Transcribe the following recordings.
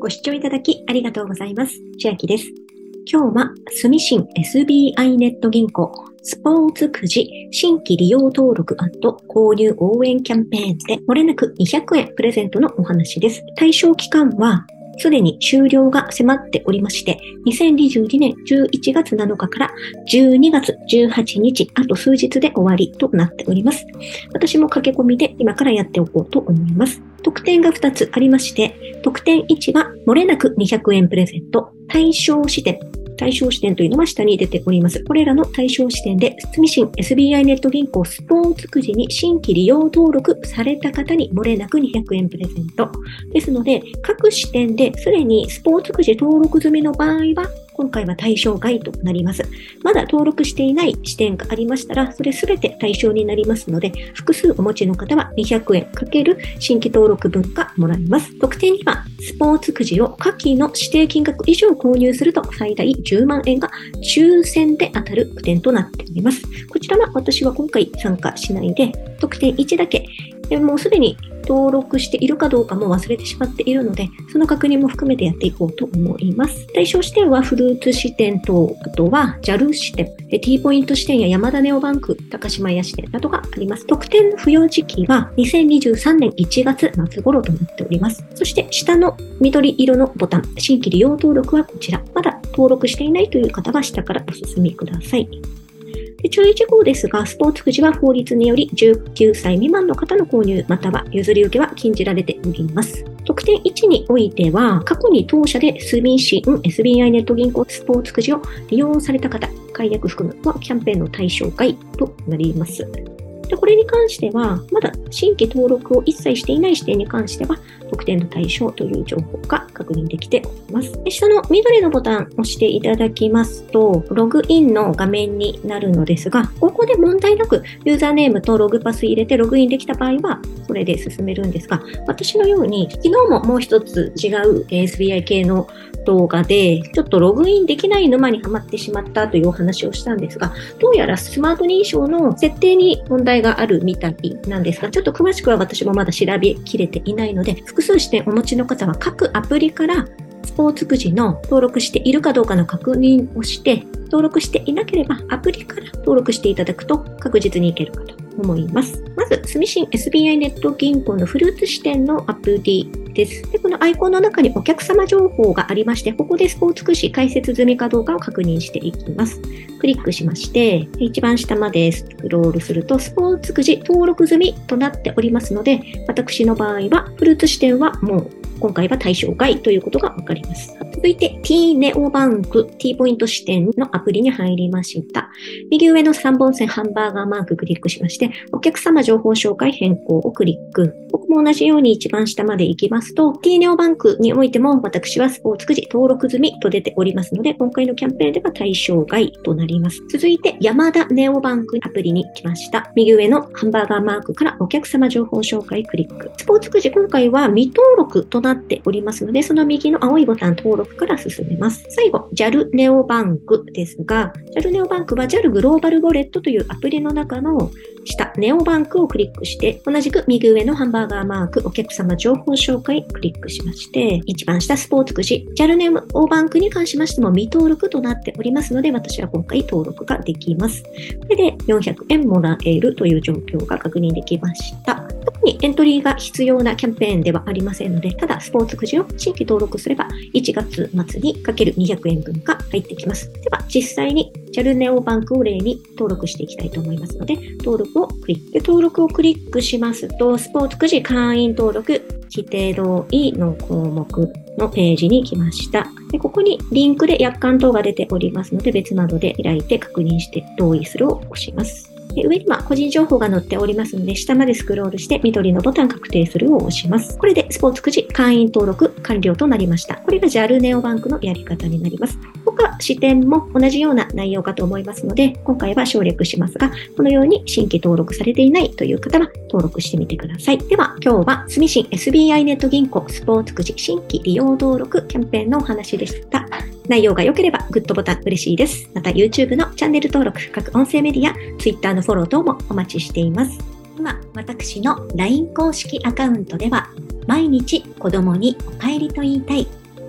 ご視聴いただきありがとうございます。千秋です。今日は住信 SBI ネット銀行スポーツくじ新規利用登録&購入応援キャンペーンで漏れなく200円プレゼントのお話です。対象期間はすでに終了が迫っておりまして、2022年11月7日から12月18日、あと数日で終わりとなっております。私も駆け込みで今からやっておこうと思います。特典が2つありまして、特典1は漏れなく200円プレゼント、対象支店というのは下に出ております。これらの対象支店で、住信 SBI ネット銀行スポーツくじに新規利用登録された方に漏れなく200円プレゼント。ですので、各支店ですでにスポーツくじ登録済みの場合は、今回は対象外となります。まだ登録していない支店がありましたら、それすべて対象になりますので、複数お持ちの方は200円×新規登録分がもらえます。特典には、スポーツくじを下記の指定金額以上購入すると最大10万円が抽選で当たる特典となっております。こちらは私は今回参加しないで、特典1だけ、もうすでに登録しているかどうかも忘れてしまっているので、その確認も含めてやっていこうと思います。対象支店はフルーツ支店と、あとは JAL 支店、T ポイント支店や山田ネオバンク、高島屋支店などがあります。特典の付与時期は2023年1月末頃となっております。そして下の緑色のボタン、新規利用登録はこちら。まだ登録していないという方は下からお進みください。注意事項ですが、スポーツくじは法律により19歳未満の方の購入または譲り受けは禁じられております。特典1においては、過去に当社で住信 SBI ネット銀行スポーツくじを利用された方、解約含むはキャンペーンの対象外となります。でこれに関しては、まだ新規登録を一切していない支店に関しては、特典の対象という情報が確認できております。で下の緑のボタンを押していただきますと、ログインの画面になるのですが、ここで問題なくユーザーネームとログパス入れてログインできた場合は、それで進めるんですが、私のように、昨日ももう一つ違う SBI 系の動画で、ちょっとログインできない沼にはまってしまったというお話をしたんですが、どうやらスマート認証の設定に問題があるみたいなんですが、ちょっと詳しくは私もまだ調べきれていないので、複数支店お持ちの方は各アプリからスポーツくじの登録しているかどうかの確認をして、登録していなければアプリから登録していただくと確実にいけるかと思います。まず、住信 SBI ネット銀行のフルーツ支店のアプリです。で、このアイコンの中にお客様情報がありまして、ここでスポーツくじ開設済みかどうかを確認していきます。クリックしまして、一番下までスクロールすると、スポーツくじ登録済みとなっておりますので、私の場合は、フルーツ支店はもう今回は対象外ということがわかります。続いて T ネオバンク T ポイント支店のアプリに入りました。右上の3本線ハンバーガーマーククリックしまして、お客様情報紹介変更をクリック。ここも同じように一番下まで行きますと、T ネオバンクにおいても私はスポーツくじ登録済みと出ておりますので、今回のキャンペーンでは対象外となります。続いて山田ネオバンクアプリに来ました。右上のハンバーガーマークからお客様情報紹介クリック。スポーツくじ今回は未登録となっておりますので、その右の青いボタン登録から進めます。最後、JAL ネオバンクですが、JAL ネオバンクは JAL グローバルウォレットというアプリの中の下、ネオバンクをクリックして、同じく右上のハンバーガーマーク、お客様情報紹介クリックしまして、一番下スポーツくじ、JAL ネオバンクに関しましても未登録となっておりますので、私は今回登録ができます。これで400円もらえるという状況が確認できました。特にエントリーが必要なキャンペーンではありませんので、ただスポーツくじを新規登録すれば1月末にかける200円分が入ってきます。では実際に JAL ネオバンクを例に登録していきたいと思いますので、登録をクリック。登録をクリックしますと、スポーツくじ会員登録規定同意の項目のページに来ました。でここにリンクで約款等が出ておりますので、別窓で開いて確認して同意するを押します。で上には個人情報が載っておりますので、下までスクロールして緑のボタン確定するを押します。これでスポーツくじ会員登録完了となりました。これが JAL ネオバンクのやり方になります。他支店も同じような内容かと思いますので、今回は省略しますが、このように新規登録されていないという方は登録してみてください。では今日は住信 SBI ネット銀行スポーツくじ新規利用登録キャンペーンのお話でした。内容が良ければグッドボタン嬉しいです。また YouTube のチャンネル登録、各音声メディア、Twitter のフォロー等もお待ちしています。今、私の LINE 公式アカウントでは、毎日子供にお帰りと言いたい、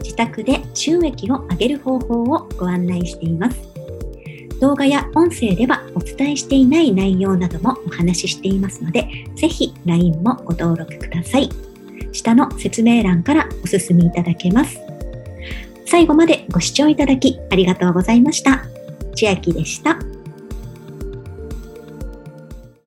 自宅で収益を上げる方法をご案内しています。動画や音声ではお伝えしていない内容などもお話ししていますので、ぜひ LINE もご登録ください。下の説明欄からお進みいただけます。最後までご視聴いただきありがとうございました。千秋でした。